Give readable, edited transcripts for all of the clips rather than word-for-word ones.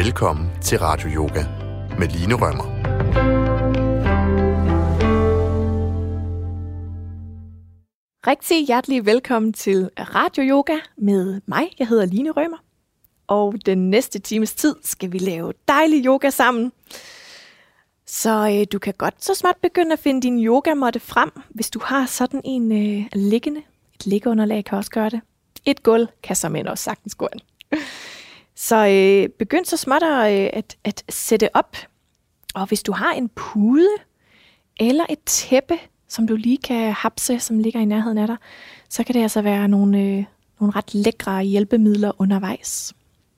Velkommen til Radio Yoga med Line Rømer. Rigtig hjertelig velkommen til Radio Yoga med mig. Jeg hedder Line Rømer. Og den næste times tid skal vi lave dejlig yoga sammen. Så du kan godt så småt begynde at finde din yogamåtte frem, hvis du har sådan en liggende. Et liggeunderlag kan også gøre det. Et gulv kan såmænd også sagtens gå an. Så begynd så småt at sætte op. Og hvis du har en pude eller et tæppe, som du lige kan hapse, som ligger i nærheden af dig, så kan det altså være nogle ret lækre hjælpemidler undervejs.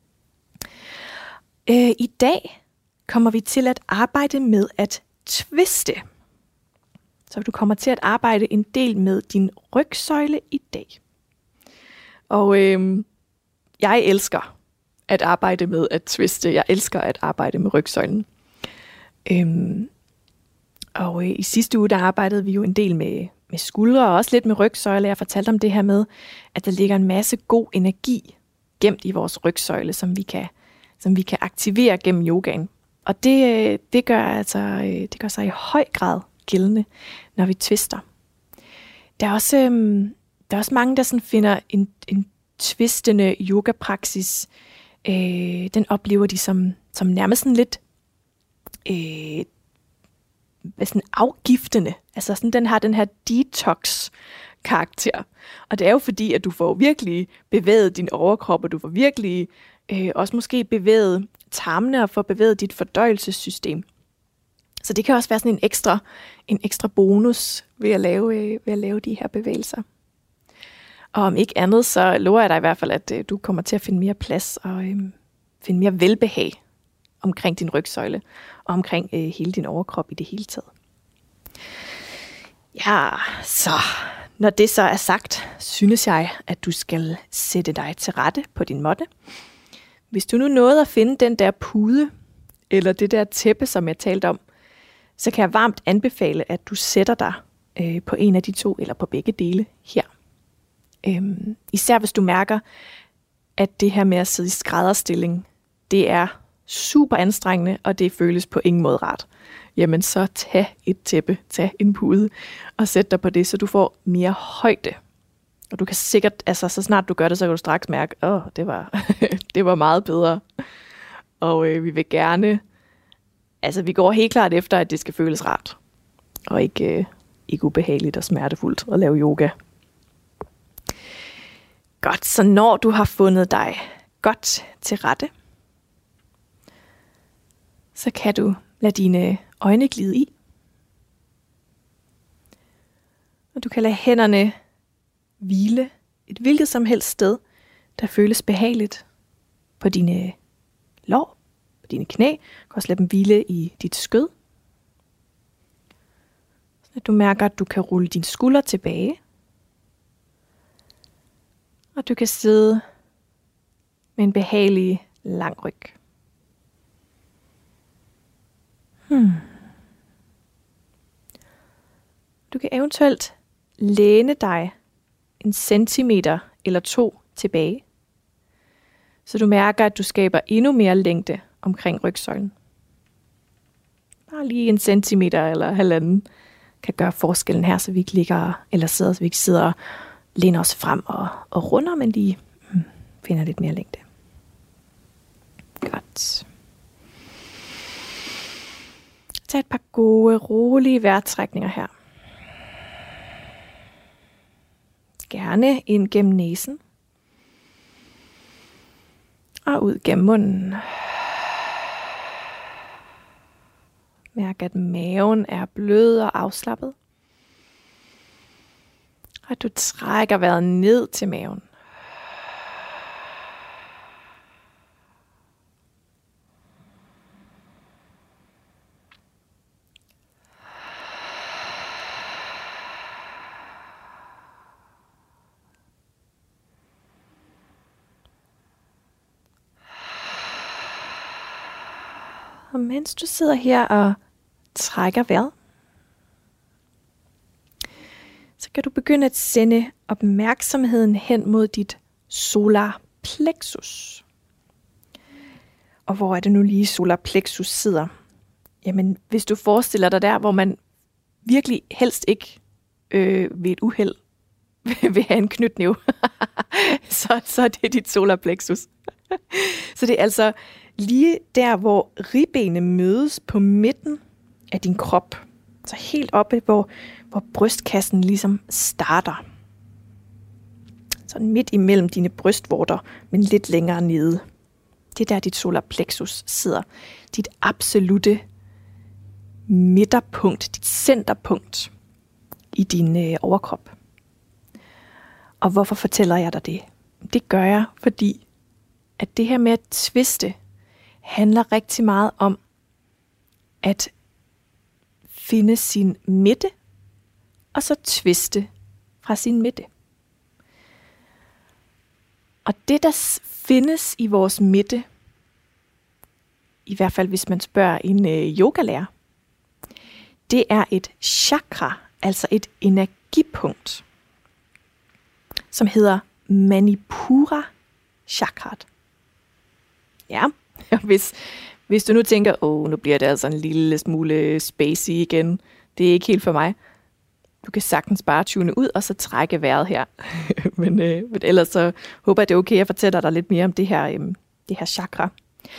I dag kommer vi til at arbejde med at twiste. Så du kommer til at arbejde en del med din rygsøjle i dag. Og jeg elsker at arbejde med at twiste. Jeg elsker at arbejde med rygsøjlen. Og i sidste uge, der arbejdede vi jo en del med skuldre og også lidt med rygsøjle. Jeg fortalte om det her med, at der ligger en masse god energi gemt i vores rygsøjle, som vi kan aktivere gennem yogaen. Og det gør sig i høj grad gældende, når vi twister. Der er også mange, der sådan finder en twistende yogapraksis. Den oplever de som nærmest sådan lidt sådan afgiftende. Altså sådan, den har den her detox-karakter. Og det er jo fordi, at du får virkelig bevæget din overkrop, og du får virkelig også måske bevæget tarmene og får bevæget dit fordøjelsessystem. Så det kan også være sådan en ekstra bonus ved at lave de her bevægelser. Og om ikke andet, så lover jeg dig i hvert fald, at du kommer til at finde mere plads og finde mere velbehag omkring din rygsøjle og omkring hele din overkrop i det hele taget. Ja, så når det så er sagt, synes jeg, at du skal sætte dig til rette på din måtte. Hvis du nu nåede at finde den der pude, eller det der tæppe, som jeg talte om, så kan jeg varmt anbefale, at du sætter dig på en af de to, eller på begge dele her. Især hvis du mærker, at det her med at sidde i skrædderstilling, det er super anstrengende, og det føles på ingen måde rart. Jamen så tag et tæppe, tag en pude, og sæt dig på det, så du får mere højde. Og du kan sikkert, altså så snart du gør det, så kan du straks mærke, det var meget bedre. Og vi vil gerne, altså vi går helt klart efter, at det skal føles rart. Og ikke ubehageligt og smertefuldt at lave yoga. Godt, så når du har fundet dig godt til rette, så kan du lade dine øjne glide i. Og du kan lade hænderne hvile et hvilket som helst sted, der føles behageligt på dine lår, på dine knæ. Du kan også lade dem hvile i dit skød. Så at du mærker, at du kan rulle dine skuldre tilbage. Og du kan sidde med en behagelig lang ryg. Du kan eventuelt læne dig 1 centimeter eller 2 tilbage, så du mærker, at du skaber endnu mere længde omkring rygsøjlen. Bare lige 1 centimeter eller 1,5 kan gøre forskellen her, så vi ikke ligger eller sidder, så vi ikke sidder og læner os frem og runder, men lige finder lidt mere længde. Godt. Tag et par gode, rolige vejrtrækninger her. Gerne ind gennem næsen. Og ud gennem munden. Mærk, at maven er blød og afslappet. Og du trækker vejret ned til maven. Og mens du sidder her og trækker vejret, så kan du begynde at sende opmærksomheden hen mod dit solar plexus. Og hvor er det nu lige solar plexus sidder? Jamen, hvis du forestiller dig der, hvor man virkelig helst ikke ved et uheld vil have en knytnæve, så er det dit solar plexus. Så det er altså lige der, hvor ribbenene mødes på midten af din krop. Så helt oppe, hvor brystkassen ligesom starter. Så midt imellem dine brystvorter, men lidt længere nede. Det er der, dit solar plexus sidder. Dit absolutte midterpunkt, dit centerpunkt i din overkrop. Og hvorfor fortæller jeg dig det? Det gør jeg, fordi at det her med at tviste handler rigtig meget om at finde sin midte, og så tviste fra sin midte. Og det, der findes i vores midte, i hvert fald hvis man spørger en yogalærer, det er et chakra, altså et energipunkt, som hedder Manipura chakrat. Ja, hvis du nu tænker, nu bliver det altså en lille smule spacey igen, det er ikke helt for mig. Du kan sagtens bare tune ud og så trække vejret her. men ellers så håber jeg, det er okay, at jeg fortæller dig lidt mere om det her chakra.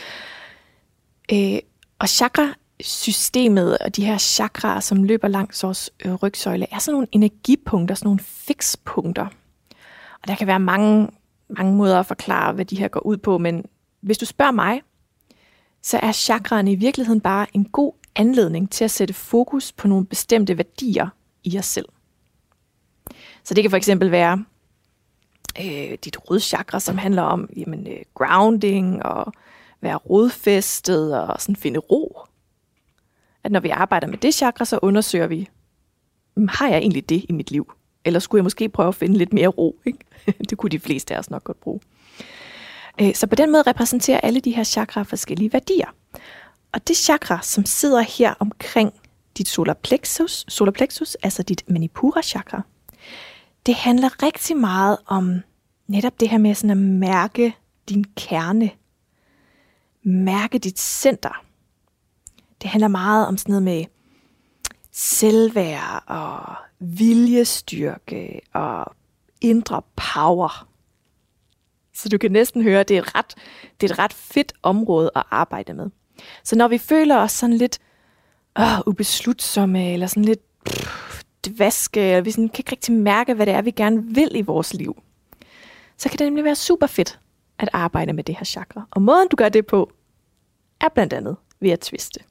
Og chakrasystemet og de her chakraer, som løber langs vores rygsøjle, er sådan nogle energipunkter, sådan nogle fikspunkter. Og der kan være mange måder at forklare, hvad de her går ud på, men hvis du spørger mig, så er chakraerne i virkeligheden bare en god anledning til at sætte fokus på nogle bestemte værdier i os selv. Så det kan for eksempel være dit rodchakra, som handler om grounding og være rodfæstet og sådan finde ro. At når vi arbejder med det chakra, så undersøger vi, har jeg egentlig det i mit liv? Eller skulle jeg måske prøve at finde lidt mere ro? Ikke? Det kunne de fleste af os nok godt bruge. Så på den måde repræsenterer alle de her chakraer forskellige værdier. Og det chakra, som sidder her omkring dit solar plexus, altså dit Manipura chakra, det handler rigtig meget om netop det her med sådan at mærke din kerne. Mærke dit center. Det handler meget om sådan noget med selvværd og viljestyrke og indre power. Så du kan næsten høre, at det er et ret fedt område at arbejde med. Så når vi føler os sådan lidt ubeslutsomme, eller sådan lidt dvaske, eller vi sådan kan ikke rigtig mærke, hvad det er, vi gerne vil i vores liv, så kan det nemlig være super fedt at arbejde med det her chakra. Og måden, du gør det på, er blandt andet ved at twiste.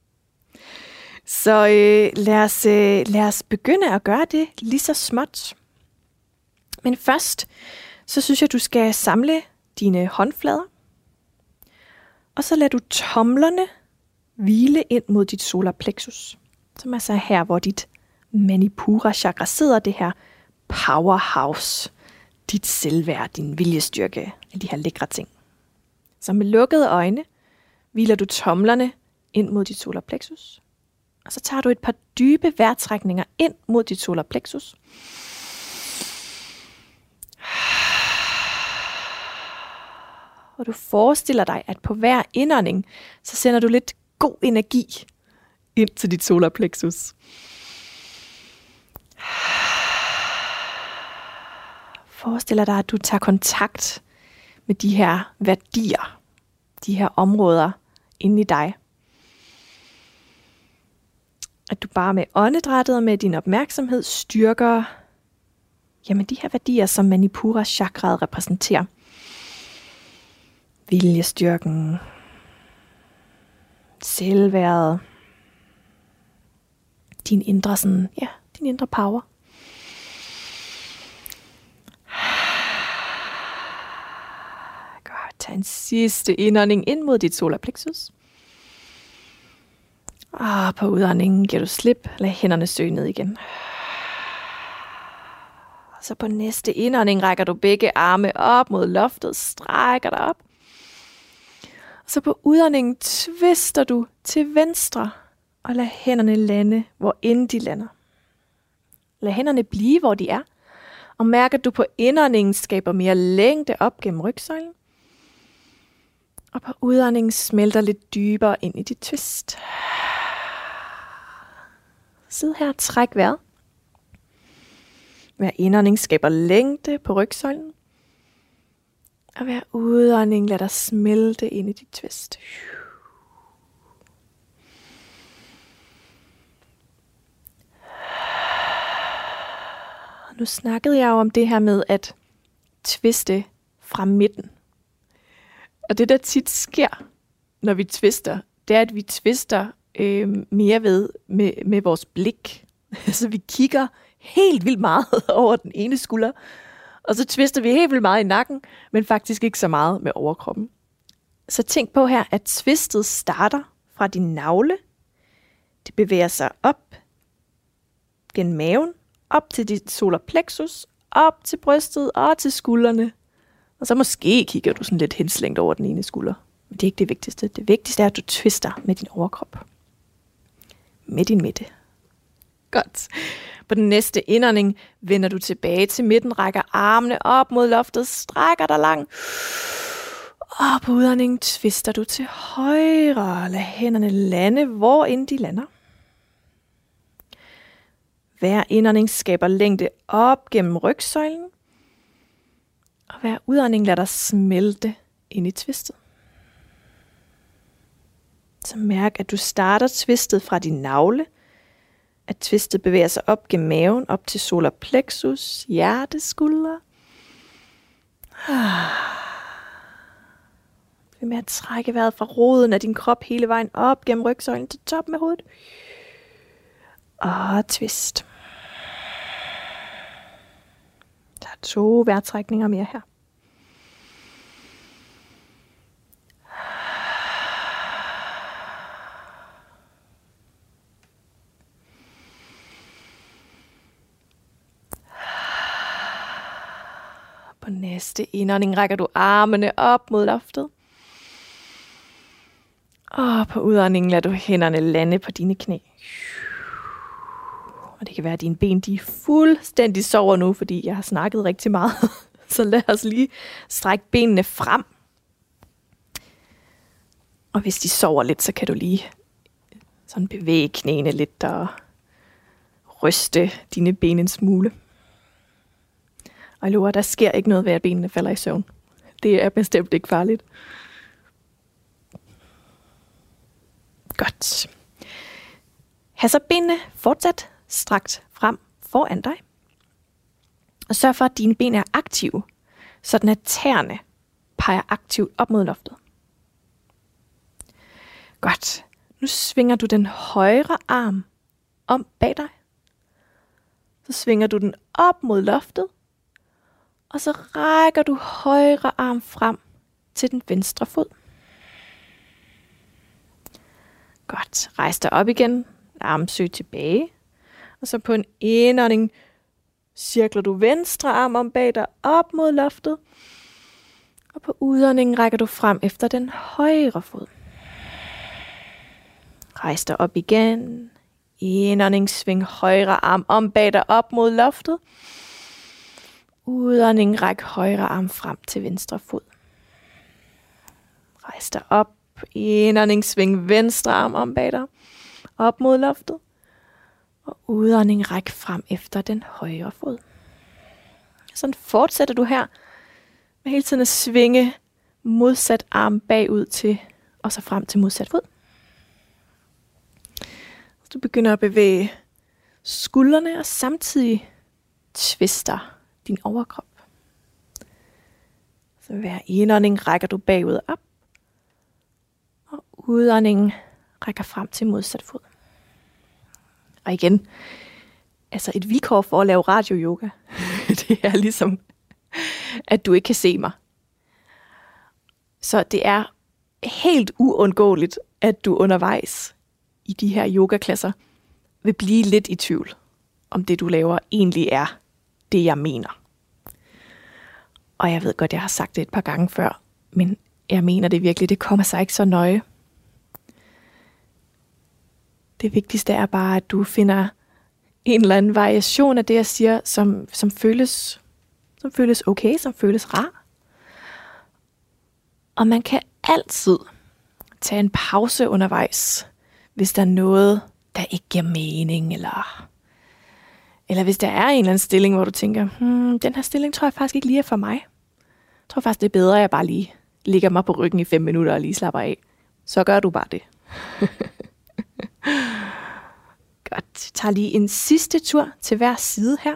Så lad os begynde at gøre det lige så småt. Men først, så synes jeg, du skal samle dine håndflader. Og så lader du tomlerne hvile ind mod dit solar plexus. Som er så her, hvor dit Manipura chakra sidder, det her powerhouse. Dit selvværd, din viljestyrke, alle de her lækre ting. Så med lukkede øjne hviler du tomlerne ind mod dit solar plexus. Og så tager du et par dybe vejrtrækninger ind mod dit solar plexus. Og du forestiller dig, at på hver indånding, så sender du lidt god energi ind til dit solar plexus. Forestil dig, at du tager kontakt med de her værdier, de her områder inde i dig. At du bare med åndedrættet og med din opmærksomhed styrker de her værdier, som Manipura chakraet repræsenterer. Viljestyrken, selvværdet, din indre power. Godt, tag en sidste indånding ind mod dit solar plexus. Og på udåndingen giver du slip, lad hænderne søge ned igen. Så på næste indånding rækker du begge arme op mod loftet, strækker dig op. Så på udåndingen twister du til venstre, og lad hænderne lande, hvor end de lander. Lad hænderne blive, hvor de er, og mærk, at du på indåndingen skaber mere længde op gennem rygsøjlen. Og på udåndingen smelter lidt dybere ind i dit twist. Sid her og træk vejret. Hver indånding skaber længde på rygsøjlen. Og hver udånding lader dig smelte ind i dit twist. Nu snakkede jeg jo om det her med at twiste fra midten. Og det der tit sker, når vi twister, det er, at vi twister mere ved med vores blik. Så vi kigger helt vildt meget over den ene skulder, og så twister vi helt vildt meget i nakken, men faktisk ikke så meget med overkroppen. Så tænk på her, at twistet starter fra din navle. Det bevæger sig op gennem maven, op til dit solar plexus, op til brystet og til skuldrene. Og så måske kigger du sådan lidt henslængt over den ene skulder. Men det er ikke det vigtigste. Det vigtigste er, at du twister med din overkrop. Med din midte. Godt. På den næste indånding vender du tilbage til midten, rækker armene op mod loftet, strækker dig langt. Og på udåndingen twister du til højre. Lad hænderne lande, hvor end de lander. Hver indånding skaber længde op gennem rygsøjlen. Og hver udånding lader dig smelte ind i twistet. Så mærk, at du starter twistet fra din navle. At twistet bevæger sig op gennem maven, op til solar plexus, hjerteskulder. Bliv med at trække vejret fra roden af din krop hele vejen op gennem rygsøjlen til toppen af hovedet. Og twist. Der er 2 vejrtrækninger mere her. På næste indånding rækker du armene op mod loftet. Og på udåndingen lader du hænderne lande på dine knæ. Og det kan være, at dine ben de fuldstændig sover nu, fordi jeg har snakket rigtig meget. Så lad os lige strække benene frem. Og hvis de sover lidt, så kan du lige sådan bevæge knæene lidt og ryste dine ben en smule. Og jeg lover, der sker ikke noget ved, at benene falder i søvn. Det er bestemt ikke farligt. Godt. Ha' så benene fortsat strakt frem foran dig. Og sørg for, at dine ben er aktive, sådan at tæerne peger aktivt op mod loftet. Godt. Nu svinger du den højre arm om bag dig. Så svinger du den op mod loftet. Og så rækker du højre arm frem til den venstre fod. Godt. Rejs dig op igen. Armen søg tilbage. Og så på en indånding cirkler du venstre arm om bag dig op mod loftet. Og på udåndingen rækker du frem efter den højre fod. Rejs dig op igen. Indånding, sving højre arm om bag dig op mod loftet. Udånding, ræk højre arm frem til venstre fod. Rejs dig op. Indånding, sving venstre arm om bag dig op mod loftet. Og udånding, ræk frem efter den højre fod. Sådan fortsætter du her med hele tiden at svinge modsat arm bagud til, og så frem til modsat fod. Du begynder at bevæge skuldrene og samtidig twister din overkrop. Så hver indånding rækker du bagud op, og udåndingen rækker frem til modsat fod. Og igen, altså et vilkår for at lave radio-yoga, det er ligesom, at du ikke kan se mig. Så det er helt uundgåeligt, at du undervejs i de her yogaklasser vil blive lidt i tvivl, om det du laver egentlig er det, jeg mener. Og jeg ved godt, jeg har sagt det et par gange før, men jeg mener det virkelig, det kommer sig ikke så nøje. Det vigtigste er bare, at du finder en eller anden variation af det, jeg siger, som føles okay, som føles rar. Og man kan altid tage en pause undervejs, hvis der er noget, der ikke giver mening, eller hvis der er en eller anden stilling, hvor du tænker, den her stilling tror jeg faktisk ikke lige er for mig. Jeg tror faktisk, det er bedre, at jeg bare lige ligger mig på ryggen i 5 minutter og lige slapper af. Så gør du bare det. Godt. Vi tager lige en sidste tur til hver side her.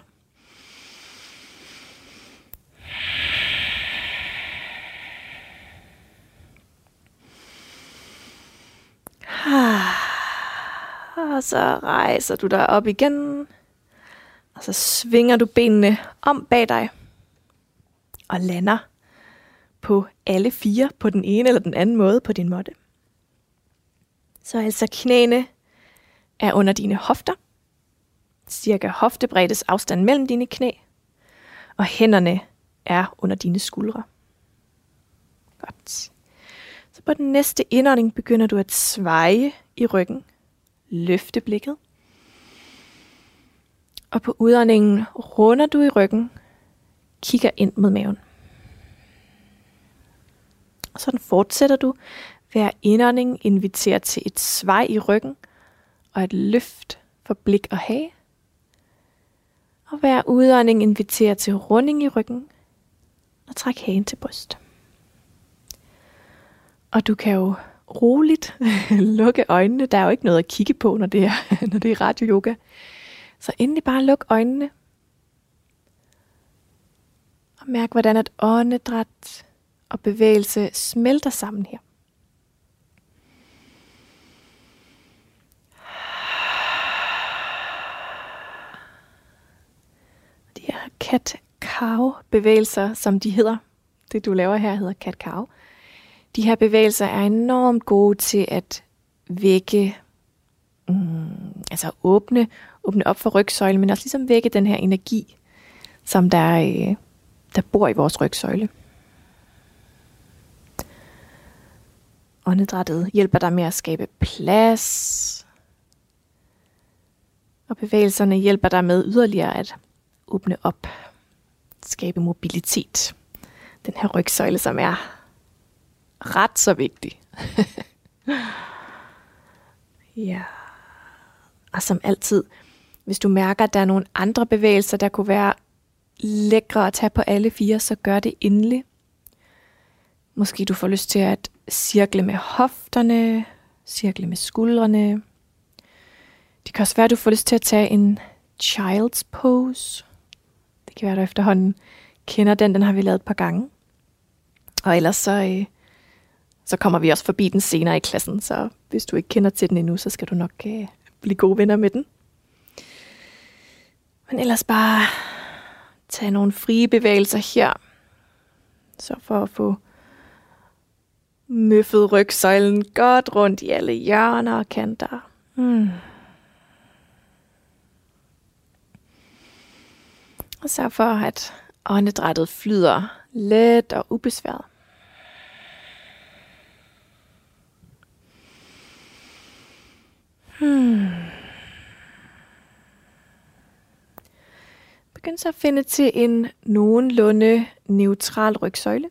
Og så rejser du dig op igen. Og så svinger du benene om bag dig. Og lander på alle 4 på den ene eller den anden måde på din måtte. Så altså knæene er under dine hofter. Cirka hoftebreddes afstand mellem dine knæ. Og hænderne er under dine skuldre. Godt. Så på den næste indånding begynder du at svaje i ryggen. Løfte blikket. Og på udåndingen runder du i ryggen. Kigger ind mod maven. Og sådan fortsætter du. Hver indånding inviterer til et svaj i ryggen. Og et løft for blik og hage. Og hver udånding inviterer til runding i ryggen. Og træk hagen til bryst. Og du kan jo roligt lukke øjnene. Der er jo ikke noget at kigge på, når det er radio-yoga. Så endelig bare luk øjnene. Og mærk, hvordan at åndedræt og bevægelse smelter sammen her. De her cat-cow-bevægelser, som de hedder. Det du laver her hedder cat-cow. De her bevægelser er enormt gode til at vække, altså åbne op for rygsøjlen, men også ligesom vække den her energi, som der bor i vores rygsøjle. Åndedrættet hjælper dig med at skabe plads, og bevægelserne hjælper dig med yderligere at åbne op, skabe mobilitet. Den her rygsøjle, som er ret så vigtig. Ja. Og som altid, hvis du mærker, at der er nogle andre bevægelser, der kunne være lækre at tage på alle 4, så gør det endelig. Måske du får lyst til at cirkle med hofterne, cirkle med skuldrene. Det kan også være, at du får lyst til at tage en child's pose. Det kan være, at du efterhånden kender den har vi lavet et par gange. Og ellers så kommer vi også forbi den senere i klassen, så hvis du ikke kender til den endnu, så skal du nok blive gode venner med den. Men ellers bare tage nogle frie bevægelser her, så for at få møffet rygsøjlen godt rundt i alle hjørner og kanter. Og så for at åndedrættet flyder let og ubesværet. Begynd så at finde til en nogenlunde neutral rygsøjle.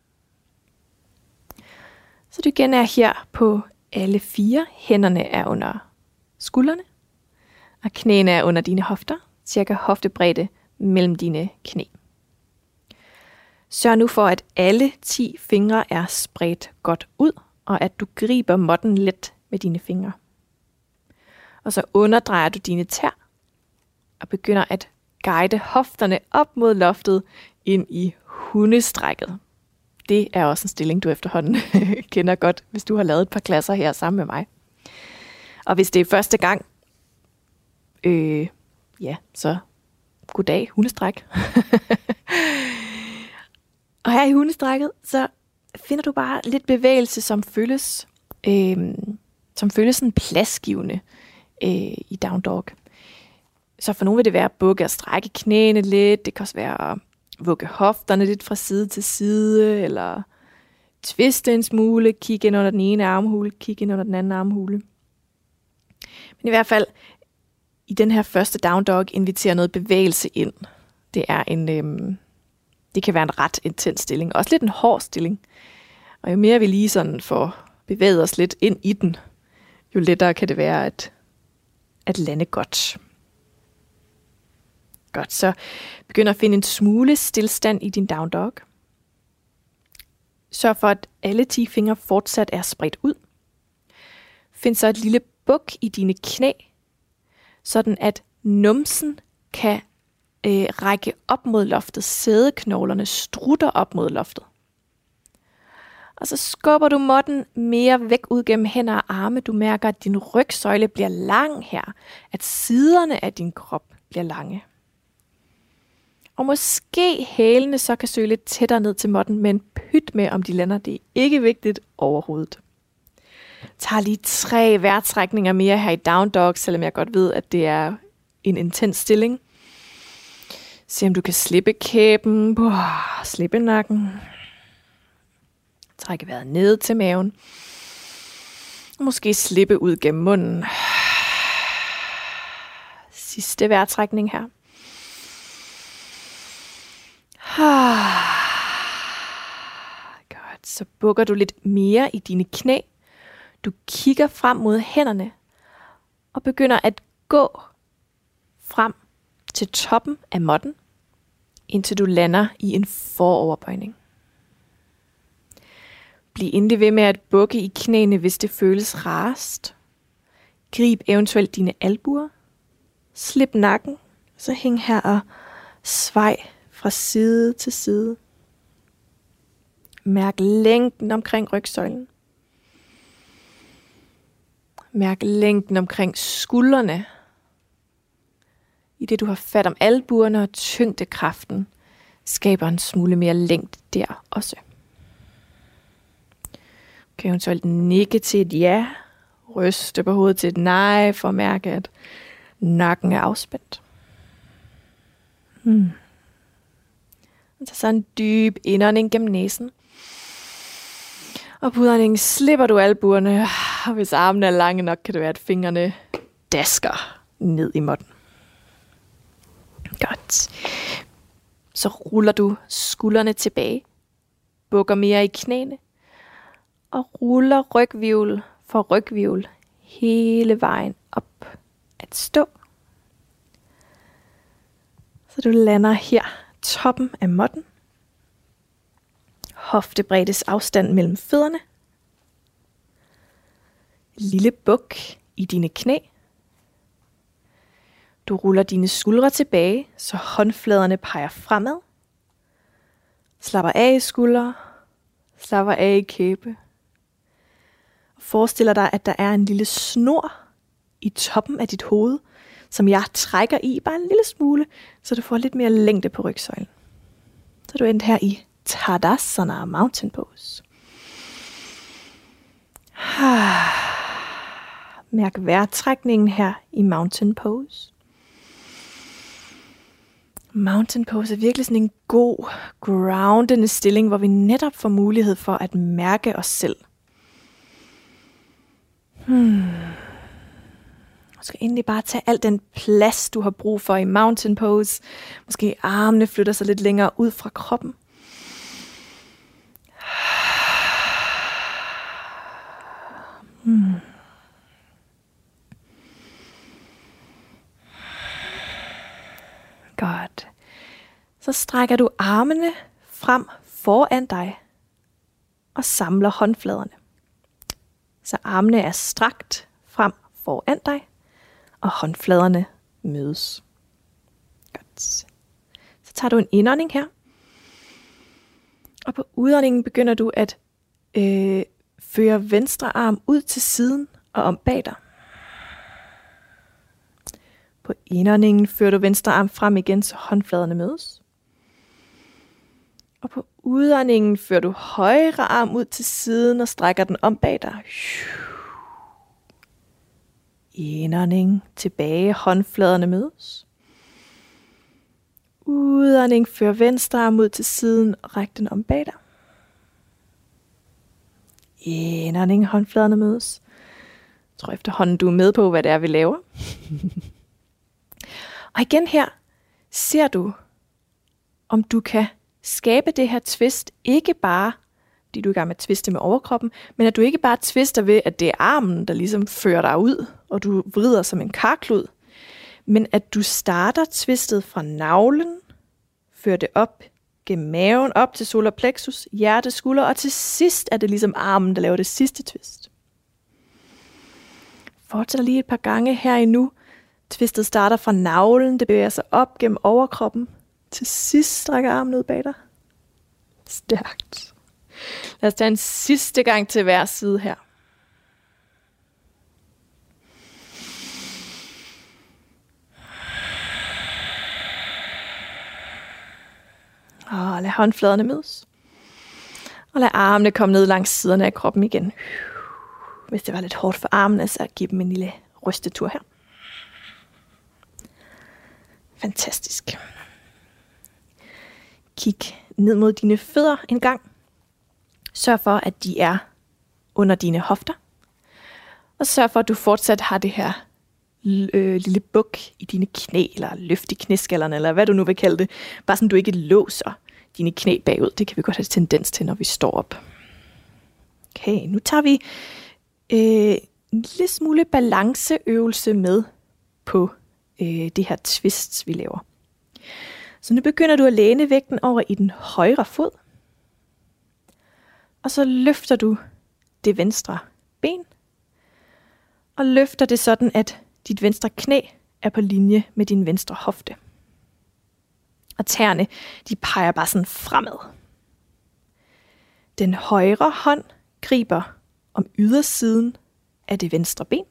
Så du igen er her på alle 4. Hænderne er under skuldrene, og knæene er under dine hofter, cirka hoftebredde mellem dine knæ. Sørg nu for, at alle 10 fingre er spredt godt ud, og at du griber måtten let med dine fingre. Og så underdrejer du dine tær, og begynder at guide hofterne op mod loftet ind i hundestrækket. Det er også en stilling, du efterhånden kender godt, hvis du har lavet et par klasser her sammen med mig. Og hvis det er første gang, så goddag, hundestræk. Og her i hundestrækket, så finder du bare lidt bevægelse, som føles sådan pladsgivende i down dog. Så for nogle vil det være at bukke og strække knæene lidt. Det kan også være at vugge hofterne lidt fra side til side, eller twiste en smule, kigge ind under den ene armhule, kigge ind under den anden armhule. Men i hvert fald, i den her første down dog inviterer noget bevægelse ind. Det kan være en ret intens stilling, også lidt en hård stilling. Og jo mere vi lige sådan får bevæget os lidt ind i den, jo lettere kan det være at lande godt. Godt, så begynd at finde en smule stillstand i din down dog. Sørg for, at alle 10 fingre fortsat er spredt ud. Find så et lille buk i dine knæ, sådan at numsen kan række op mod loftet. Sædeknoglerne strutter op mod loftet. Og så skubber du måtten mere væk ud gennem hænder og arme. Du mærker, at din rygsøjle bliver lang her. At siderne af din krop bliver lange. Og måske hælene så kan søge lidt tættere ned til måtten, men pyt med, om de lander. Det er ikke vigtigt overhovedet. Tag lige 3 vejrtrækninger mere her i down dog, selvom jeg godt ved, at det er en intens stilling. Se om du kan slippe kæben, slippe nakken. Træk vejret ned til maven. Måske slippe ud gennem munden. Sidste vejrtrækning her. Godt, så bukker du lidt mere i dine knæ. Du kigger frem mod hænderne og begynder at gå frem til toppen af måtten, indtil du lander i en foroverbøjning. Bliv endelig ved med at bukke i knæene, hvis det føles rarest. Grib eventuelt dine albuer. Slip nakken, så hæng her og svej fra side til side. Mærk længden omkring rygsøjlen. Mærk længden omkring skuldrene. I det du har fat om albuerne og tyngdekraften, skaber en smule mere længde der også. Du kan eventuelt nikke til et ja, ryste på hovedet til et nej, for at mærke, at nakken er afspændt. Og tag så en dyb indånding gennem næsen. Og på udåndingen slipper du albuerne, og hvis armene er lange nok, kan det være, at fingrene dasker ned i måtten. Godt. Så ruller du skuldrene tilbage, bukker mere i knæene, og ruller rygvirvel for rygvirvel hele vejen op at stå. Så du lander her, toppen af måtten. Hoftebreddes afstand mellem fødderne. Lille buk i dine knæ. Du ruller dine skuldre tilbage, så håndfladerne peger fremad. Slapper af i skuldre. Slapper af i kæbe. Og forestiller dig, at der er en lille snor i toppen af dit hoved, som jeg trækker i bare en lille smule, så du får lidt mere længde på rygsøjlen. Så er du endt her i Tadasana Mountain Pose. Mærk vejrtrækningen her i Mountain Pose. Mountain Pose er virkelig sådan en god, groundende stilling, hvor vi netop får mulighed for at mærke os selv. Du skal endelig bare tage al den plads, du har brug for i Mountain Pose. Måske armene flytter sig lidt længere ud fra kroppen. Godt. Så strækker du armene frem foran dig og samler håndfladerne. Så armene er strakt frem foran dig, og håndfladerne mødes. Godt. Så tager du en indånding her. Og på udåndingen begynder du at føre venstre arm ud til siden og om bag dig. På indåndingen fører du venstre arm frem igen, så håndfladerne mødes. Og på udåndingen fører du højre arm ud til siden og strækker den om bag dig. Indånding tilbage, håndfladerne mødes. Udånding, før venstre arm ud til siden og ræk den om bag dig. Indånding, håndfladerne mødes. Jeg tror efterhånden, du er med på, hvad det er, vi laver. Og igen her ser du, om du kan skabe det her twist, ikke bare fordi du er i gang med at twiste med overkroppen, men at du ikke bare twister ved, at det er armen, der ligesom fører dig ud, og du vrider som en karklud, men at du starter twistet fra navlen, fører det op gennem maven, op til solar plexus, hjerte, skulder, og til sidst er det ligesom armen, der laver det sidste twist. Fortsætter lige et par gange her endnu. Twistet starter fra navlen, det bevæger sig op gennem overkroppen. Til sidst strækker armen ud bag dig. Stærkt. Lad os tage en sidste gang til hver side her. Og lad håndfladerne mødes. Og lad armene komme ned langs siderne af kroppen igen. Hvis det var lidt hårdt for armene, så giv dem en lille rystetur her. Fantastisk. Kig ned mod dine fødder en gang. Sørg for, at de er under dine hofter. Og sørg for, at du fortsat har det her lille buk i dine knæ, eller løft i knæskallerne, eller hvad du nu vil kalde det. Bare sådan, du ikke låser dine knæ bagud. Det kan vi godt have tendens til, når vi står op. Okay, nu tager vi en lille smule balanceøvelse med på det her twist, vi laver. Så nu begynder du at læne vægten over i den højre fod. Og så løfter du det venstre ben. Og løfter det sådan, at dit venstre knæ er på linje med din venstre hofte. Og tæerne, de peger bare sådan fremad. Den højre hånd griber om ydersiden af det venstre ben.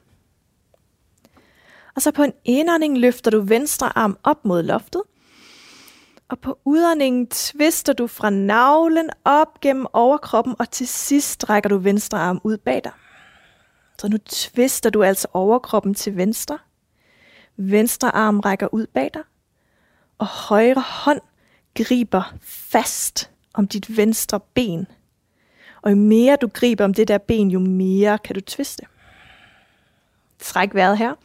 Og så på en indånding løfter du venstre arm op mod loftet. Og på udåndingen twister du fra navlen op gennem overkroppen, og til sidst strækker du venstre arm ud bag dig. Så nu twister du altså overkroppen til venstre. Venstre arm rækker ud bag dig. Og højre hånd griber fast om dit venstre ben. Og jo mere du griber om det der ben, jo mere kan du twiste. Træk vejret her.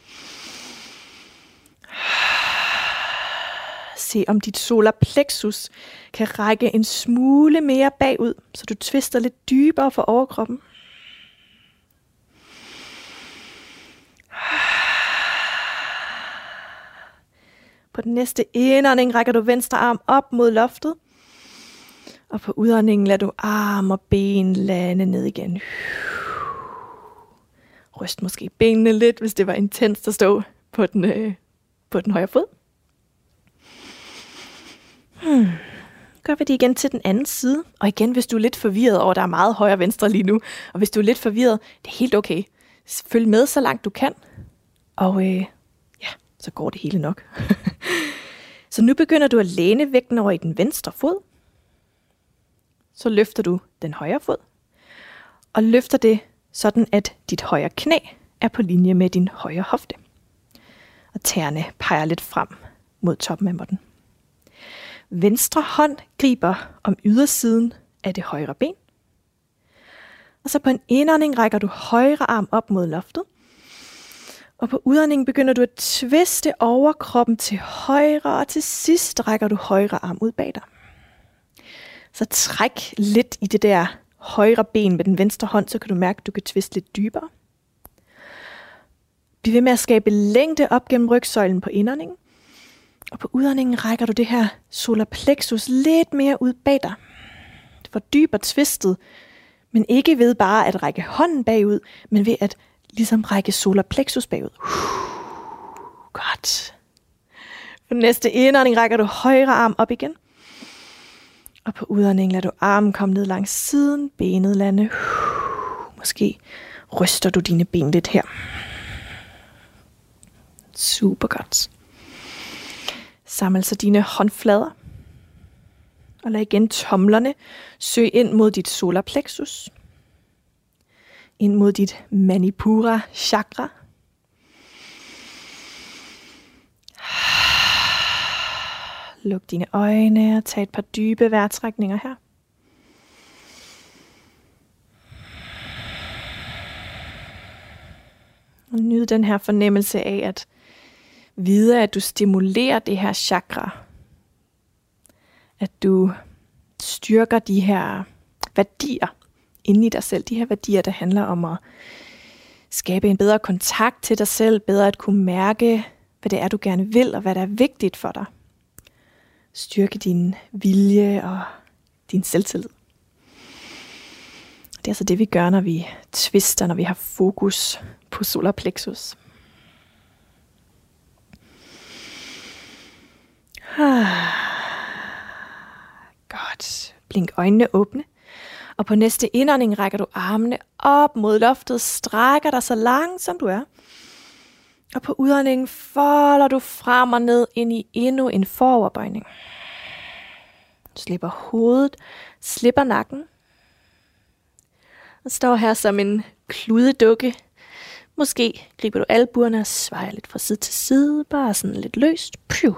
Se om dit solar plexus kan række en smule mere bagud, så du twister lidt dybere for overkroppen. På den næste indånding rækker du venstre arm op mod loftet. Og på udåndingen lader du arm og ben lande ned igen. Ryst måske benene lidt, hvis det var intenst at stå på den højre fod. Gør vi det igen til den anden side. Og igen, hvis du er lidt forvirret over, der er meget højre og venstre lige nu. Og hvis du er lidt forvirret, det er helt okay. Følg med så langt du kan. Og så går det hele nok. Så nu begynder du at læne vægten over i den venstre fod. Så løfter du den højre fod. Og løfter det sådan, at dit højre knæ er på linje med din højre hofte. Og tæerne peger lidt frem mod toppen af måtten. Venstre hånd griber om ydersiden af det højre ben. Og så på en indånding rækker du højre arm op mod loftet. Og på udåndingen begynder du at twiste overkroppen til højre, og til sidst rækker du højre arm ud bag dig. Så træk lidt i det der højre ben med den venstre hånd, så kan du mærke, at du kan twiste lidt dybere. Bliv ved med at skabe længde op gennem rygsøjlen på indåndingen. Og på udåndingen rækker du det her solar plexus lidt mere ud bag dig. Du fordyber twistet, men ikke ved bare at række hånden bagud, men ved at ligesom række solar plexus bagud. Godt. På den næste indånding rækker du højre arm op igen. Og på udåndingen lader du armen komme ned langs siden, benet lande. Måske ryster du dine ben lidt her. Super godt. Samle så dine håndflader. Og lad igen tomlerne søge ind mod dit solar plexus. Ind mod dit manipura chakra. Luk dine øjne og tag et par dybe vejrtrækninger her. Og nyd den her fornemmelse af at vide, at du stimulerer det her chakra. At du styrker de her værdier, inde i dig selv. De her værdier, der handler om at skabe en bedre kontakt til dig selv, bedre at kunne mærke, hvad det er, du gerne vil, og hvad der er vigtigt for dig. Styrke din vilje og din selvtillid. Det er altså det, vi gør, når vi twister, når vi har fokus på solar plexus. Godt. Blink øjnene åbne. Og på næste indånding rækker du armene op mod loftet, strækker dig så langt, som du er. Og på udåndingen folder du frem og ned ind i endnu en foroverbøjning. Slipper hovedet, slipper nakken. Og står her som en kludedukke. Måske griber du albuerne og svejer lidt fra side til side, bare sådan lidt løst. Piu.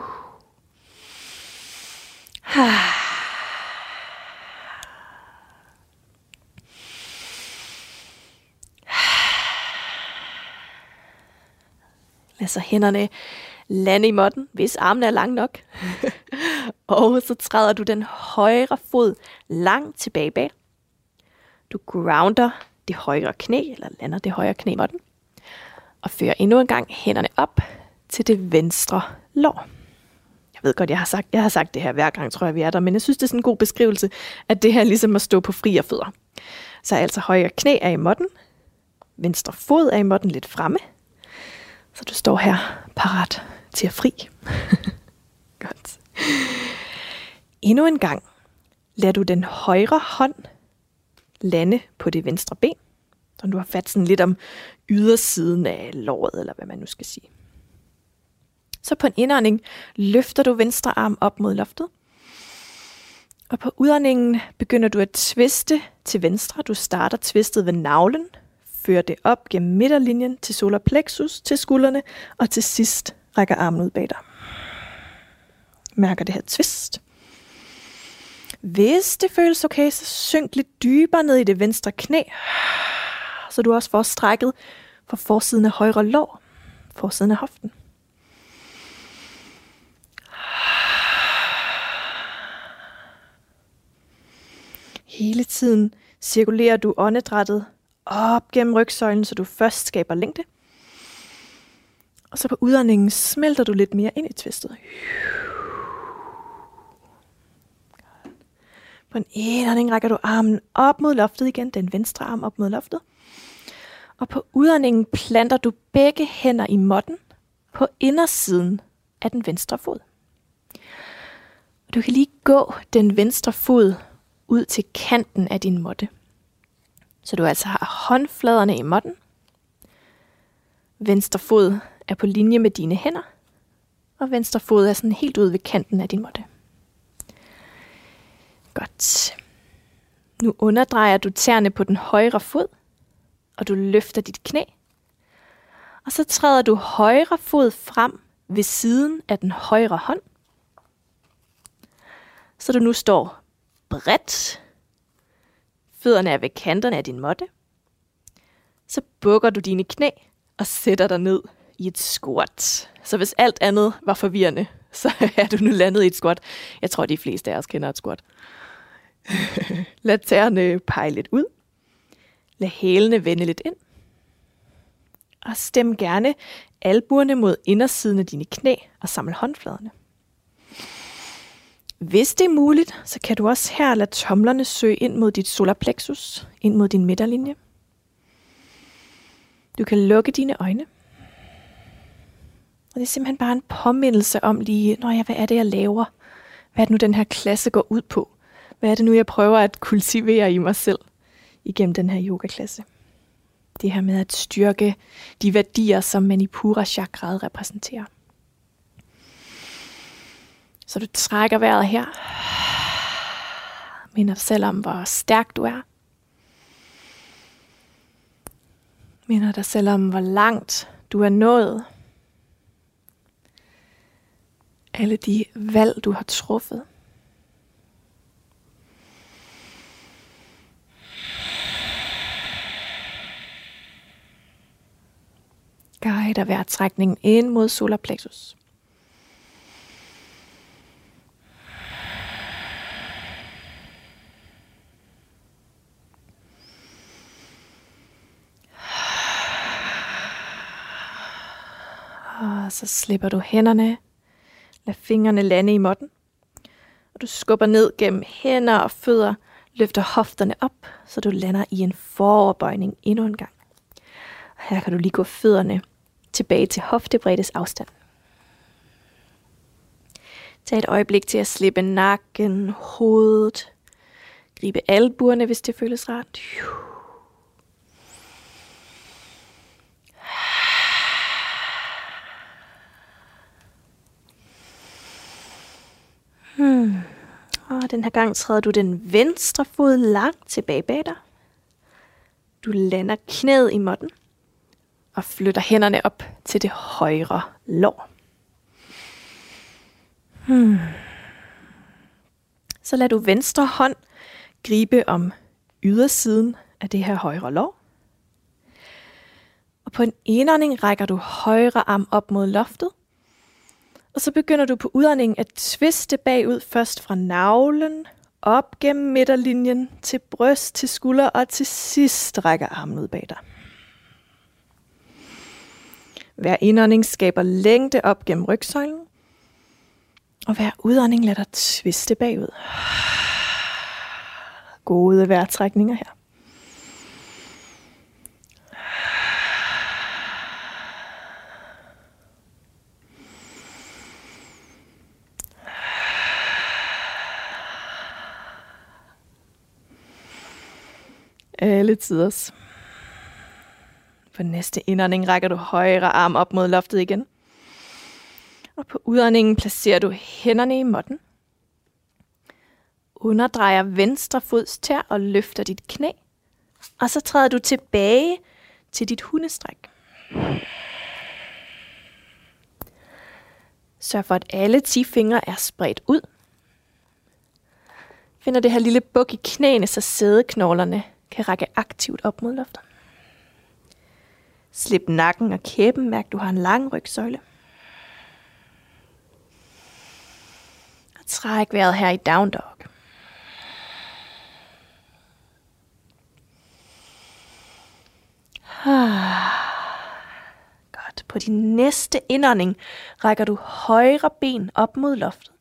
Lad så hænderne lande i måtten, hvis armene er lange nok. Og så træder du den højre fod langt tilbage bag. Du grounder det højre knæ, eller lander det højre knæ i måtten. Og fører endnu en gang hænderne op til det venstre lår. Jeg ved godt, jeg har sagt det her hver gang, tror jeg, vi er der, men jeg synes, det er sådan en god beskrivelse, at det her ligesom at stå på frie fødder. Så altså højre knæ er i måtten, venstre fod er i måtten lidt fremme, så du står her parat til at fri. Godt. Endnu en gang lader du den højre hånd lande på det venstre ben, så du har fat sådan lidt om ydersiden af låret, eller hvad man nu skal sige. Så på en indånding løfter du venstre arm op mod loftet. Og på udåndingen begynder du at twiste til venstre. Du starter twistet ved navlen, fører det op gennem midterlinjen til solar plexus, til skuldrene, og til sidst rækker armen ud bag dig. Mærker det her twist. Hvis det føles okay, så synk lidt dybere ned i det venstre knæ, så du også får strækket fra forsiden af højre lår, forsiden af hoften. Hele tiden cirkulerer du åndedrættet op gennem rygsøjlen, så du først skaber længde. Og så på udåndingen smelter du lidt mere ind i twistet. På en indånding rækker du armen op mod loftet igen, den venstre arm op mod loftet. Og på udåndingen planter du begge hænder i måtten på indersiden af den venstre fod. Og du kan lige gå den venstre fod ud til kanten af din måtte. Så du altså har håndfladerne i måtten. Venstre fod er på linje med dine hænder. Og venstre fod er sådan helt ude ved kanten af din måtte. Godt. Nu underdrejer du tæerne på den højre fod, og du løfter dit knæ. Og så træder du højre fod frem ved siden af den højre hånd. Så du nu står bredt. Fødderne er ved kanterne af din måtte. Så bukker du dine knæ og sætter dig ned i et squat. Så hvis alt andet var forvirrende, så er du nu landet i et squat. Jeg tror, de fleste af os kender et squat. Lad tæerne pege lidt ud. Lad hælene vende lidt ind. Og stem gerne albuerne mod indersiden af dine knæ og samle håndfladerne. Hvis det er muligt, så kan du også her lade tomlerne søge ind mod dit solar plexus, ind mod din midterlinje. Du kan lukke dine øjne. Og det er simpelthen bare en påmindelse om lige, hvad er det, jeg laver? Hvad er det nu, den her klasse går ud på? Hvad er det nu, jeg prøver at kultivere i mig selv igennem den her yogaklasse? Det her med at styrke de værdier, som Manipura chakraet repræsenterer. Så du trækker vejret her. Minder dig selv om, hvor stærk du er. Minder dig selv om, hvor langt du er nået. Alle de valg, du har truffet. Guider vejrtrækningen ind mod solar plexus. Og så slipper du hænderne. Lad fingrene lande i måtten. Og du skubber ned gennem hænder og fødder. Løfter hofterne op, så du lander i en foroverbøjning endnu en gang. Og her kan du lige gå fødderne tilbage til hoftebreddes afstand. Tag et øjeblik til at slippe nakken, hovedet. Gribe albuerne, hvis det føles rart. Og den her gang træder du den venstre fod langt tilbage bag dig. Du lander knæet i måtten og flytter hænderne op til det højre lår. Så lad du venstre hånd gribe om ydersiden af det her højre lår. Og på en indånding rækker du højre arm op mod loftet. Og så begynder du på udåndingen at twiste bagud, først fra navlen, op gennem midterlinjen, til bryst, til skulder, og til sidst rækker armen ud bag dig. Hver indånding skaber længde op gennem rygsøjlen, og hver udånding lader dig twiste bagud. Gode vejrtrækninger her. Alle tiders. På næste indånding rækker du højre arm op mod loftet igen. Og på udåndingen placerer du hænderne i måtten. Underdrejer venstre fods tær og løfter dit knæ. Og så træder du tilbage til dit hundestræk. Sørg for, at alle 10 fingre er spredt ud. Finder det her lille buk i knæene, så sædeknoglerne kan række aktivt op mod loftet. Slip nakken og kæben, mærk du har en lang rygsøjle. Og træk vejret her i down dog. Godt. På din næste indånding rækker du højre ben op mod loftet.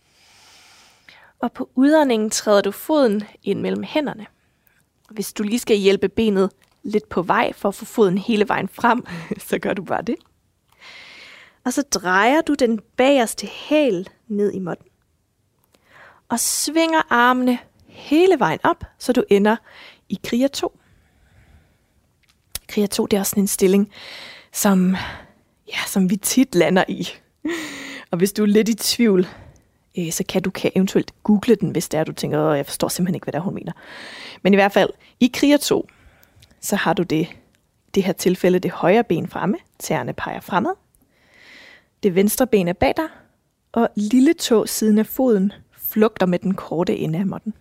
Og på udåndingen træder du foden ind mellem hænderne. Hvis du lige skal hjælpe benet lidt på vej for at få foden hele vejen frem, så gør du bare det. Og så drejer du den bagerste hæl ned i måtten. Og svinger armene hele vejen op, så du ender i kriger 2. Kriger 2, det er også sådan en stilling, som vi tit lander i. Og hvis du er lidt i tvivl, så kan du eventuelt google den, hvis det er, du tænker, jeg forstår simpelthen ikke, hvad det er, hun mener. Men i hvert fald, i kriger 2, så har du det her tilfælde, det højre ben fremme, tæerne peger fremad. Det venstre ben er bag dig, og lille tå siden af foden flugter med den korte ende af måtten.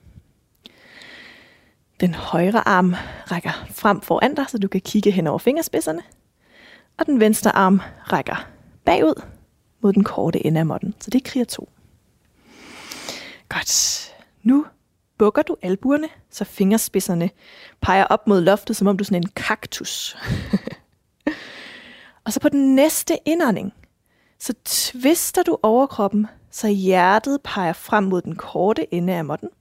Den højre arm rækker frem foran dig, så du kan kigge hen over fingerspidserne. Og den venstre arm rækker bagud mod den korte ende af måtten. Så det er kriger 2. Godt. Nu bukker du albuerne, så fingerspidserne peger op mod loftet, som om du er sådan en kaktus. Og så på den næste indånding, så twister du overkroppen, så hjertet peger frem mod den korte ende af måtten.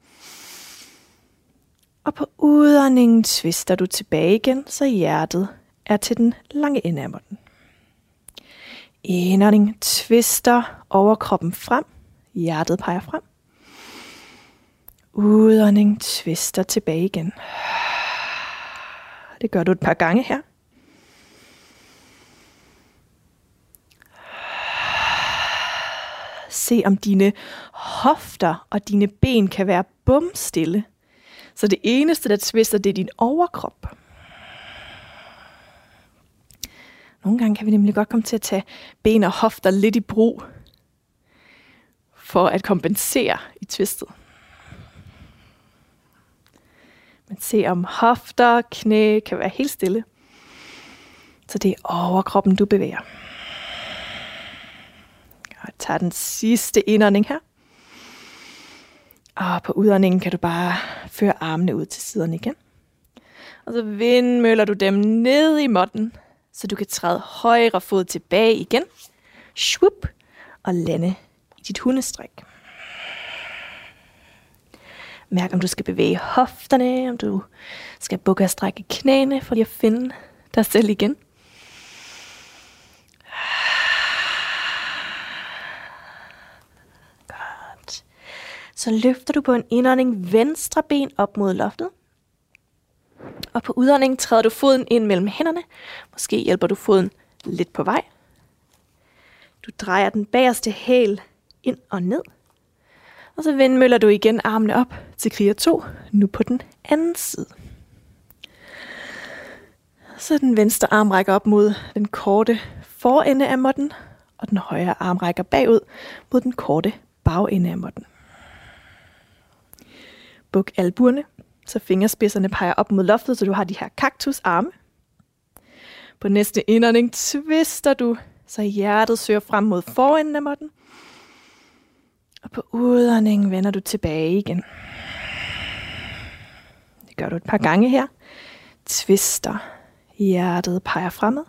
Og på udåndingen twister du tilbage igen, så hjertet er til den lange ende af måtten. Indånding twister overkroppen frem, hjertet peger frem. Udånding twister tilbage igen. Det gør du et par gange her. Se om dine hofter og dine ben kan være bumstille. Så det eneste, der twister, det er din overkrop. Nogle gange kan vi nemlig godt komme til at tage ben og hofter lidt i brug, for at kompensere i twistet. Men se om hofter og knæ kan være helt stille. Så det er overkroppen, du bevæger. Og tag den sidste indånding her. Og på udåndingen kan du bare føre armene ud til siderne igen. Og så vindmøller du dem ned i måtten, så du kan træde højre fod tilbage igen. Swoop, og lande i dit hundestræk. Mærk, om du skal bevæge hofterne, om du skal bukke og strække knæene, for lige at finde dig selv igen. Godt. Så løfter du på en indånding venstre ben op mod loftet. Og på udåndingen træder du foden ind mellem hænderne. Måske hjælper du foden lidt på vej. Du drejer den bagerste hæl ind og ned. Og så vindmøller du igen armene op til kriger 2, nu på den anden side. Så den venstre arm rækker op mod den korte forende af måtten, og den højre arm rækker bagud mod den korte bagende af måtten. Buk albuerne, så fingerspidserne peger op mod loftet, så du har de her kaktusarme. På næste indånding twister du, så hjertet søger frem mod forenden af måtten. Og på udåndingen vender du tilbage igen. Det gør du et par gange her. Twister. Hjertet peger fremad.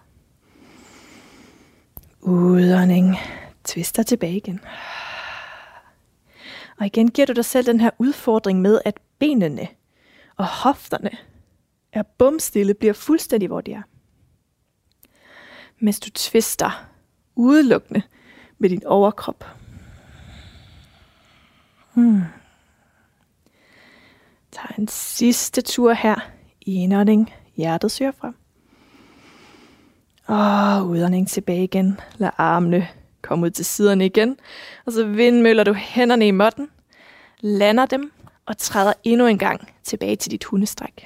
Udånding. Twister tilbage igen. Og igen giver du dig selv den her udfordring med, at benene og hofterne er bumstille, bliver fuldstændig, hvor de er. Mens du twister udelukkende med din overkrop. Tag en sidste tur her i indånding. Hjertet søger frem. Og udånding tilbage igen. Lad armene komme ud til siderne igen. Og så vindmøller du hænderne i måtten. Lander dem og træder endnu en gang tilbage til dit hundestræk.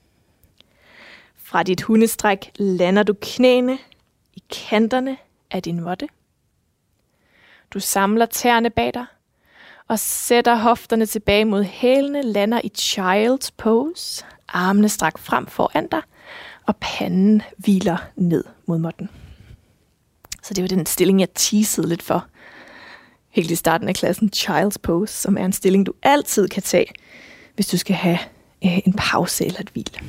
Fra dit hundestræk lander du knæene i kanterne af din måtte. Du samler tæerne bag dig og sætter hofterne tilbage mod hælene, lander i child's pose, armene strakt frem foran dig, og panden hviler ned mod måtten. Så det var den stilling, jeg teasede lidt for helt i starten af klassen, child's pose, som er en stilling, du altid kan tage, hvis du skal have en pause eller et hvil.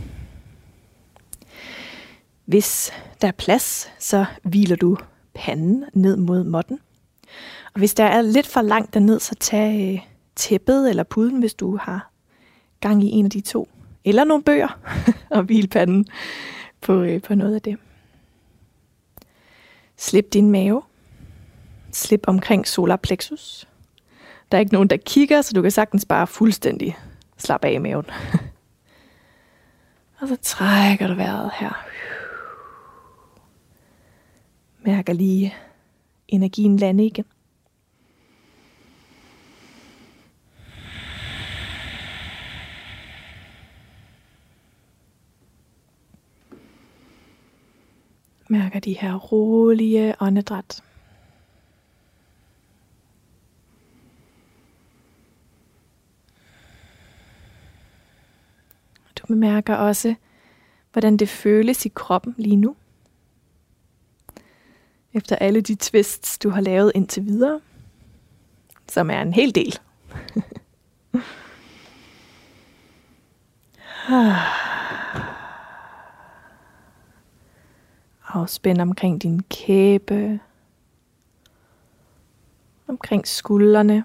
Hvis der er plads, så hviler du panden ned mod måtten. Og hvis der er lidt for langt derned, så tag tæppet eller puden, hvis du har gang i en af de to. Eller nogle bøger, og hvil panden på noget af det. Slip din mave. Slip omkring solar plexus. Der er ikke nogen, der kigger, så du kan sagtens bare fuldstændig slappe af i maven. Og så trækker du vejret her. Mærker lige energien lande igen. Mærker de her rolige åndedræt. Du mærker også, hvordan det føles i kroppen lige nu. Efter alle de twists, du har lavet indtil videre, som er en hel del. Afspænd omkring din kæbe, omkring skuldrene,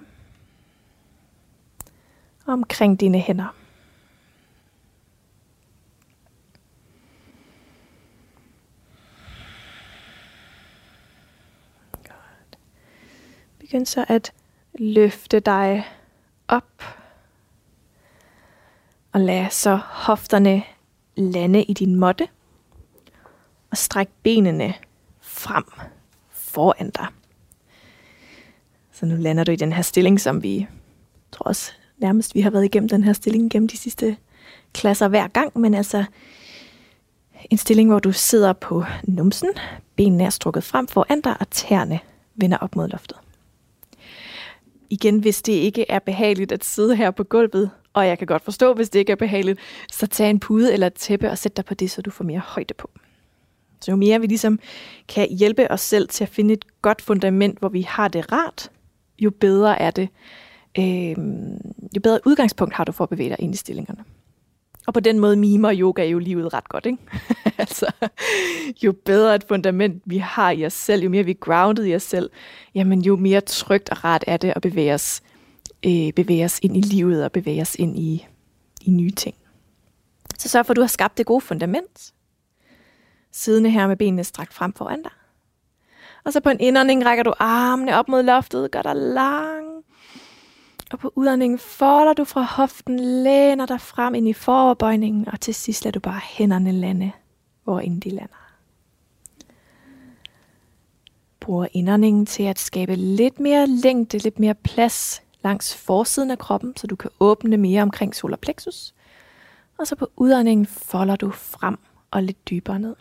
og omkring dine hænder. Godt. Begynd så at løfte dig op, og lad så hofterne lande i din måtte. Og stræk benene frem foran dig. Så nu lander du i den her stilling, som vi tror også nærmest vi har været igennem den her stilling gennem de sidste klasser hver gang. Men altså en stilling, hvor du sidder på numsen, benene er strukket frem foran dig, og tæerne vender op mod loftet. Igen, hvis det ikke er behageligt at sidde her på gulvet, og jeg kan godt forstå, hvis det ikke er behageligt, så tag en pude eller et tæppe og sæt dig på det, så du får mere højde på. Så jo mere vi ligesom kan hjælpe os selv til at finde et godt fundament, hvor vi har det rart, jo bedre er det. Jo bedre udgangspunkt har du for at bevæge dig ind i stillingerne. Og på den måde mimer yoga jo livet ret godt, ikke? Altså, jo bedre et fundament vi har i os selv, jo mere vi er grounded i os selv, jamen jo mere trygt og rart er det at bevæge os ind i livet og bevæge os ind i nye ting. Så sørg for, at du har skabt det gode fundament. Siddende her med benene strakt frem foran dig. Og så på en indånding rækker du armene op mod loftet, gør dig lang. Og på udåndingen folder du fra hoften, læner dig frem ind i foroverbøjningen, og til sidst lader du bare hænderne lande, hvor end de lander. Brug indåndingen til at skabe lidt mere længde, lidt mere plads langs forsiden af kroppen, så du kan åbne mere omkring solar plexus. Og så på udåndingen folder du frem og lidt dybere ned.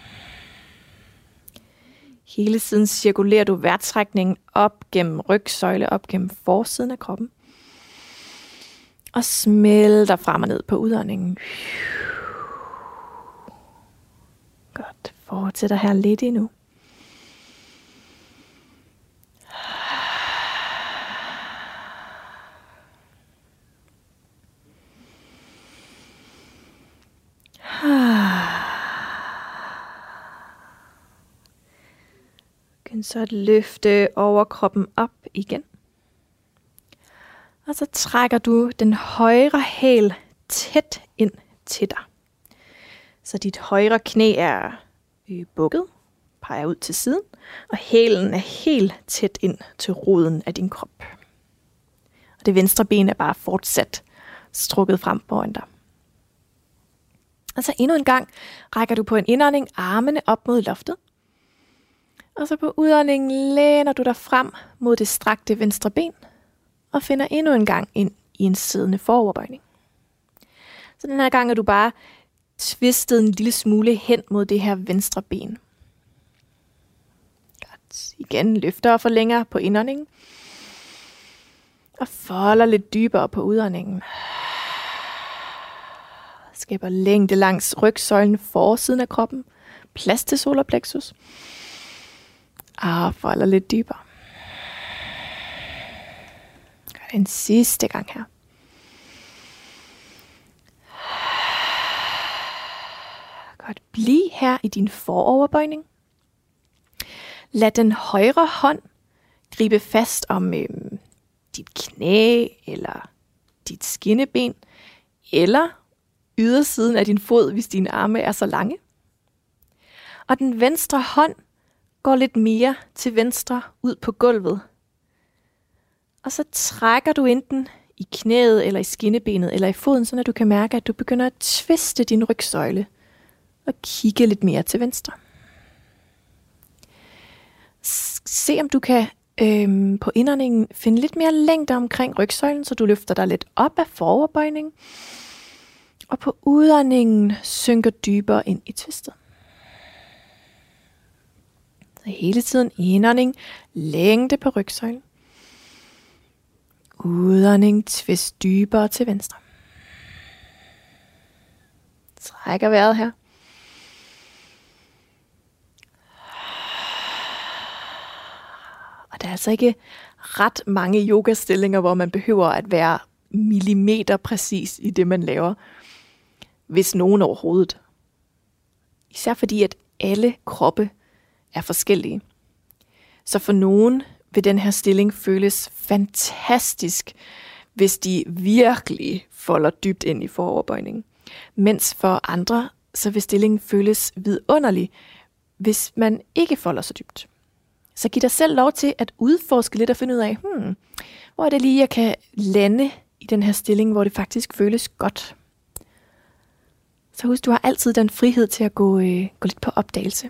Hele tiden cirkulerer du vejrtrækningen op gennem rygsøjle, op gennem forsiden af kroppen. Og smelter frem og ned på udåndingen. Godt. Fortsætter her lidt endnu. Så at løfte overkroppen op igen. Og så trækker du den højre hæl tæt ind til dig. Så dit højre knæ er bukket, peger ud til siden, og hælen er helt tæt ind til roden af din krop. Og det venstre ben er bare fortsat strukket frem foran dig. Og så endnu en gang rækker du på en indånding armene op mod loftet. Og så på udåndingen læner du dig frem mod det strakte venstre ben, og finder endnu en gang ind i en siddende foroverbøjning. Så den her gang er du bare twistet en lille smule hen mod det her venstre ben. Godt. Igen løfter og forlænger på indåndingen. Og folder lidt dybere på udåndingen. Skaber længde langs rygsøjlen forsiden af kroppen. Plads til solar plexus. Og folder lidt dybere. Gør det en sidste gang her. Godt. Bliv her i din foroverbøjning. Lad den højre hånd gribe fast om dit knæ, eller dit skinneben, eller ydersiden af din fod, hvis dine arme er så lange. Og den venstre hånd går lidt mere til venstre ud på gulvet. Og så trækker du enten i knæet, eller i skinnebenet, eller i foden, så du kan mærke, at du begynder at tviste din rygsøjle og kigge lidt mere til venstre. Se om du kan på indåndingen finde lidt mere længde omkring rygsøjlen, så du løfter dig lidt op af foroverbøjningen. Og på udåndingen synker dybere ind i twistet. Så hele tiden indånding, længde på rygsøjlen. Udånding, twist dybere til venstre. Trækker vejret her. Og der er altså ikke ret mange yogastillinger, hvor man behøver at være millimeter præcis i det, man laver. Hvis nogen overhovedet. Især fordi, at alle kroppe er forskellige. Så for nogen vil den her stilling føles fantastisk, hvis de virkelig folder dybt ind i foroverbøjningen. Mens for andre, så vil stillingen føles vidunderlig, hvis man ikke folder så dybt. Så giv dig selv lov til at udforske lidt og finde ud af, hvor er det lige, jeg kan lande i den her stilling, hvor det faktisk føles godt. Så husk, du har altid den frihed til at gå lidt på opdagelse.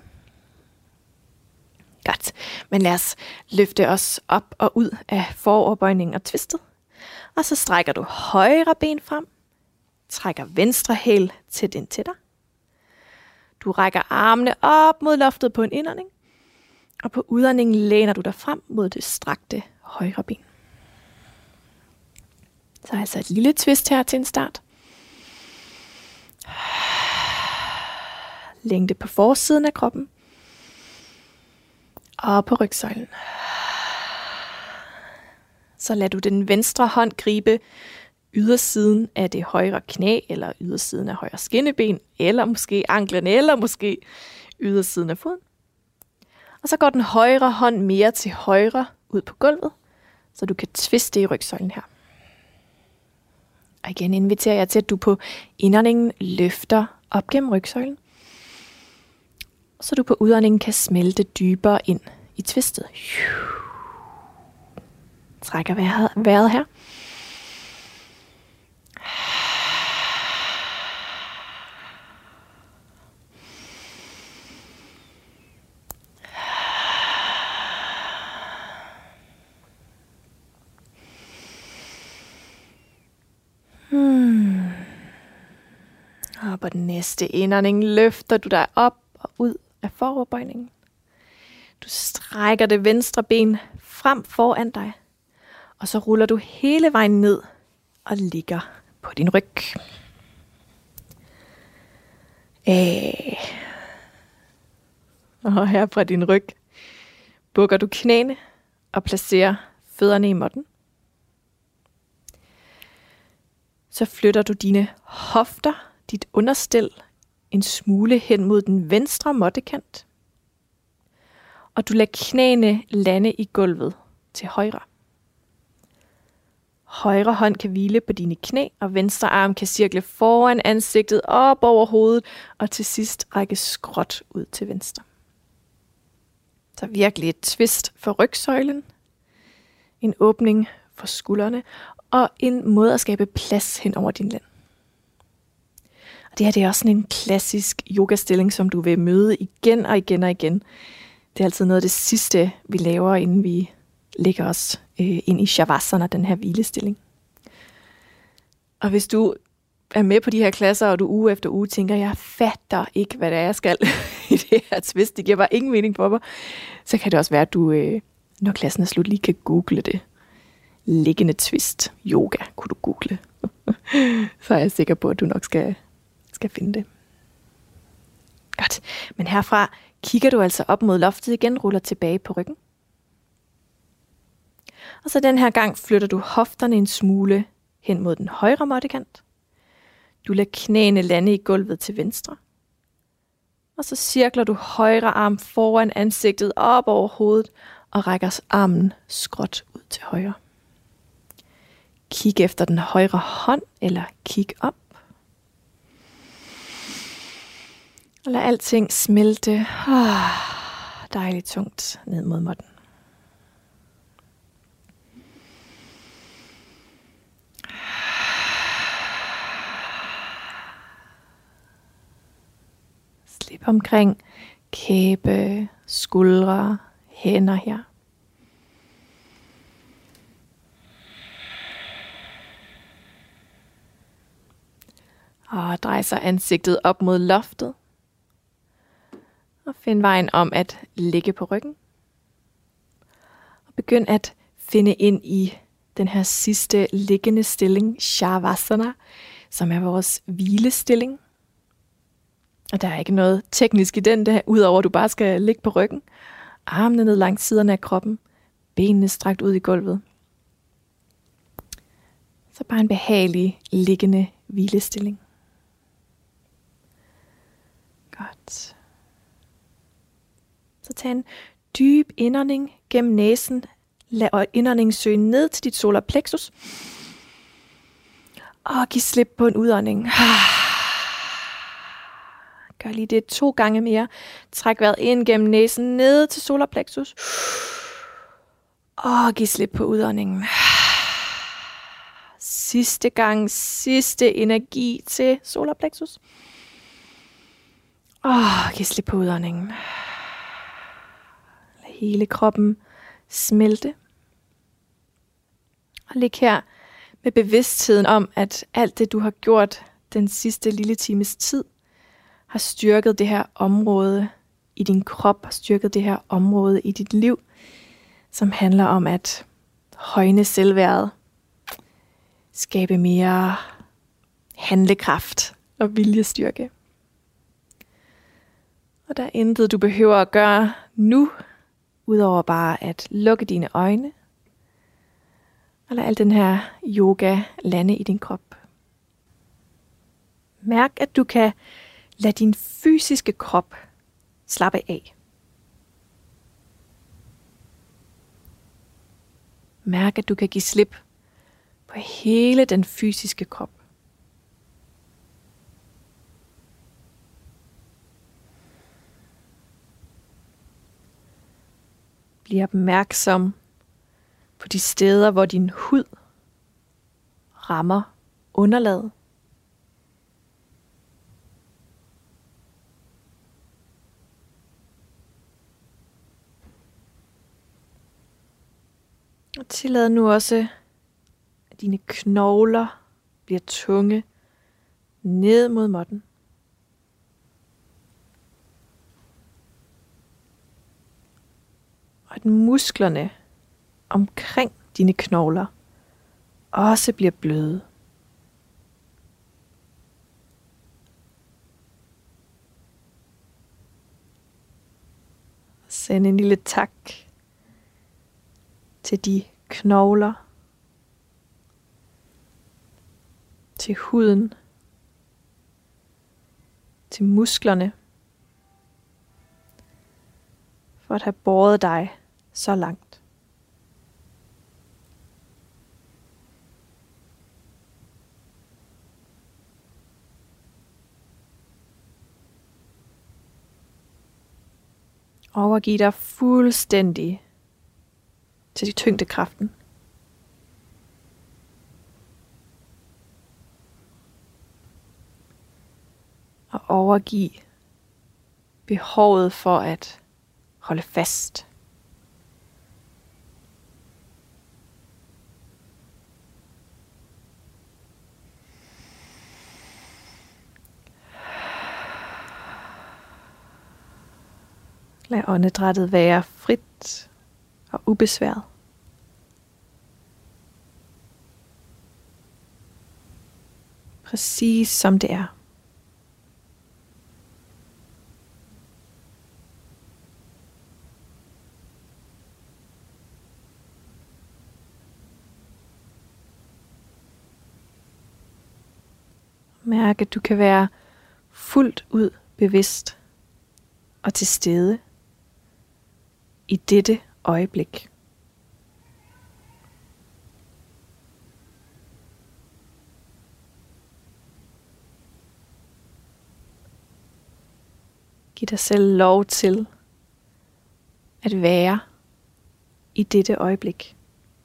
Godt, men lad os løfte os op og ud af foroverbøjningen og twistet. Og så strækker du højre ben frem, trækker venstre hæl tæt ind til dig. Du rækker armene op mod loftet på en indånding, og på udåndingen læner du dig frem mod det strakte højre ben. Så altså et lille twist her til en start. Længde på forsiden af kroppen. Og på rygsøjlen. Så lad du den venstre hånd gribe ydersiden af det højre knæ, eller ydersiden af højre skinneben, eller måske anklen, eller måske ydersiden af foden. Og så går den højre hånd mere til højre ud på gulvet, så du kan twiste i rygsøjlen her. Og igen inviterer jeg til, at du på indåndingen løfter op gennem rygsøjlen, så du på udåndingen kan smelte dybere ind i twistet. Trækker vejret her. Og på den næste indånding løfter du dig op og ud af foroverbøjningen. Du strækker det venstre ben frem foran dig. Og så ruller du hele vejen ned og ligger på din ryg. Og her fra din ryg bukker du knæene og placerer fødderne i måtten. Så flytter du dine hofter, dit understel, en smule hen mod den venstre måttekant. Og du lader knæene lande i gulvet til højre. Højre hånd kan hvile på dine knæ, og venstre arm kan cirkle foran ansigtet op over hovedet, og til sidst række skråt ud til venstre. Så virkelig et twist for rygsøjlen, en åbning for skuldrene, og en måde at skabe plads hen over din lænd. Og det her det er også sådan en klassisk yogastilling, som du vil møde igen og igen og igen. Det er altid noget af det sidste, vi laver, inden vi lægger os ind i shavasana, den her hvilestilling. Og hvis du er med på de her klasser, og du uge efter uge tænker, jeg fatter ikke, hvad det er, jeg skal i det her twist, det giver bare ingen mening for mig, så kan det også være, at du, når klassen er slut, lige kan google det. Liggende twist yoga, kunne du google. Så er jeg sikker på, at du nok skal finde det. Godt. Men herfra kigger du altså op mod loftet igen, ruller tilbage på ryggen. Og så den her gang flytter du hofterne en smule hen mod den højre måttekant. Du lader knæene lande i gulvet til venstre. Og så cirkler du højre arm foran ansigtet op over hovedet og rækker armen skråt ud til højre. Kig efter den højre hånd eller kig op. Og lad alting smelte dejligt tungt ned mod måtten. Slip omkring kæbe, skuldre, hænder her. Og drej så ansigtet op mod loftet. Og find vejen om at ligge på ryggen. Og begynd at finde ind i den her sidste liggende stilling, Shavasana, som er vores hvilestilling. Og der er ikke noget teknisk i den der, udover at du bare skal ligge på ryggen. Armene ned langs siderne af kroppen. Benene strakt ud i gulvet. Så bare en behagelig liggende hvilestilling. Godt. Så tag en dyb indånding gennem næsen. Lad indåndingen søge ned til dit solar plexus. Og giv slip på en udånding. Gør lige det 2 gange mere. Træk vejret ind gennem næsen ned til solar plexus. Og giv slip på udåndingen. Sidste gang, sidste energi til solar plexus. Og giv slip på udåndingen. Lad hele kroppen smelte. Og lig her med bevidstheden om, at alt det, du har gjort den sidste lille times tid, har styrket det her område i din krop, har styrket det her område i dit liv, som handler om at højne selvværdet, skabe mere handlekraft og viljestyrke. Og der er intet, du behøver at gøre nu, udover bare at lukke dine øjne Og lad al den her yoga lande i din krop. Mærk, at du kan lade din fysiske krop slappe af. Mærk, at du kan give slip på hele den fysiske krop. Bliv opmærksom på de steder, hvor din hud rammer underlaget. Og tillad nu også, at dine knogler bliver tunge ned mod måtten. Og at musklerne omkring dine knogler også bliver bløde. Send en lille tak til de knogler, til huden, til musklerne, for at have båret dig så langt. Overgiv dig fuldstændig til tyngdekraften. Og overgiv behovet for at holde fast. Lad åndedrættet være frit og ubesværet. Præcis som det er. Mærk, at du kan være fuldt ud bevidst og til stede i dette øjeblik. Giv dig selv lov til at være i dette øjeblik.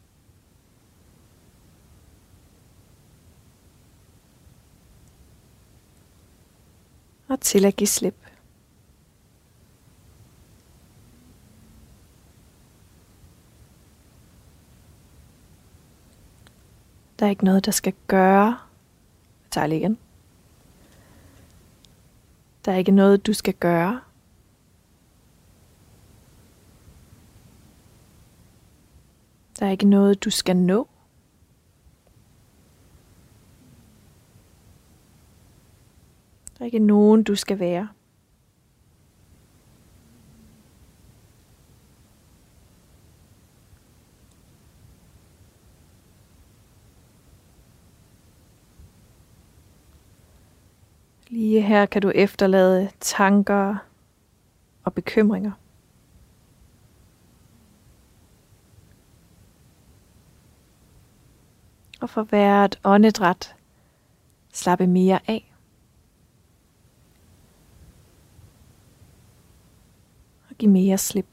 Og til at give slip. Der er ikke noget, der skal gøre. Jeg tager lige igen. Der er ikke noget, du skal gøre. Der er ikke noget, du skal nå. Der er ikke nogen, du skal være. Lige her kan du efterlade tanker og bekymringer. Og for hvert åndedræt slappe mere af. Og give mere slip.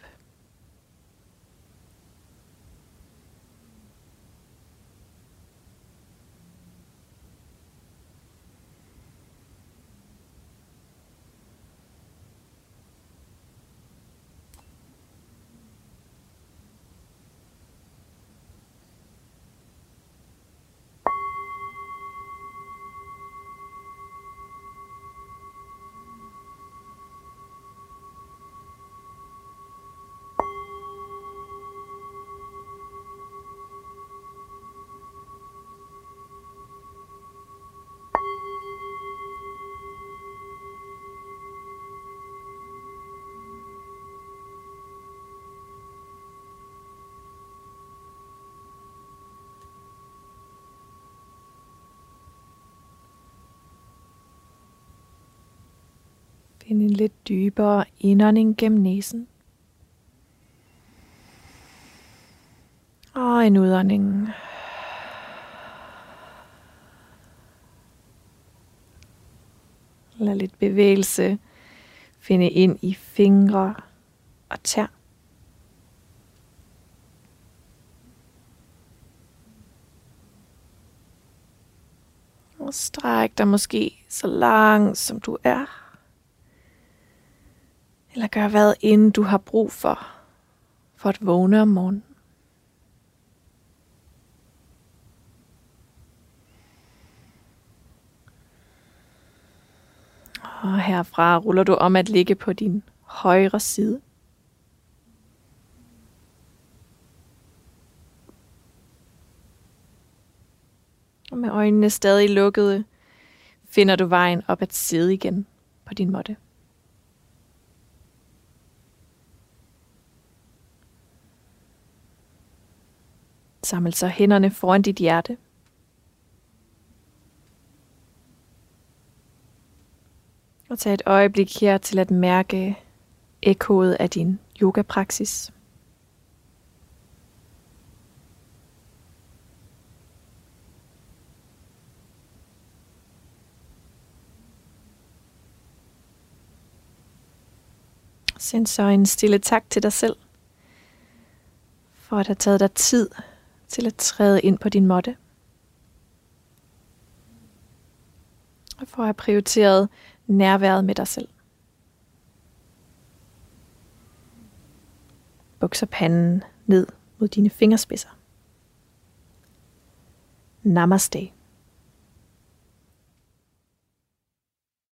Find en lidt dybere indånding gennem næsen. Og en udånding. Lad lidt bevægelse finde ind i fingre og tær. Og stræk dig måske så langt som du er. Eller gør hvad end du har brug for at vågne om morgenen. Og herfra ruller du om at ligge på din højre side. Og med øjnene stadig lukkede, finder du vejen op at sidde igen på din måtte. Saml så hænderne foran dit hjerte. Og tag et øjeblik her til at mærke ekkoet af din yogapraksis. Send så en stille tak til dig selv, for at have taget dig tid til at træde ind på din måtte. Og for at have prioriteret nærværet med dig selv. Bukser panden ned mod dine fingerspidser. Namaste.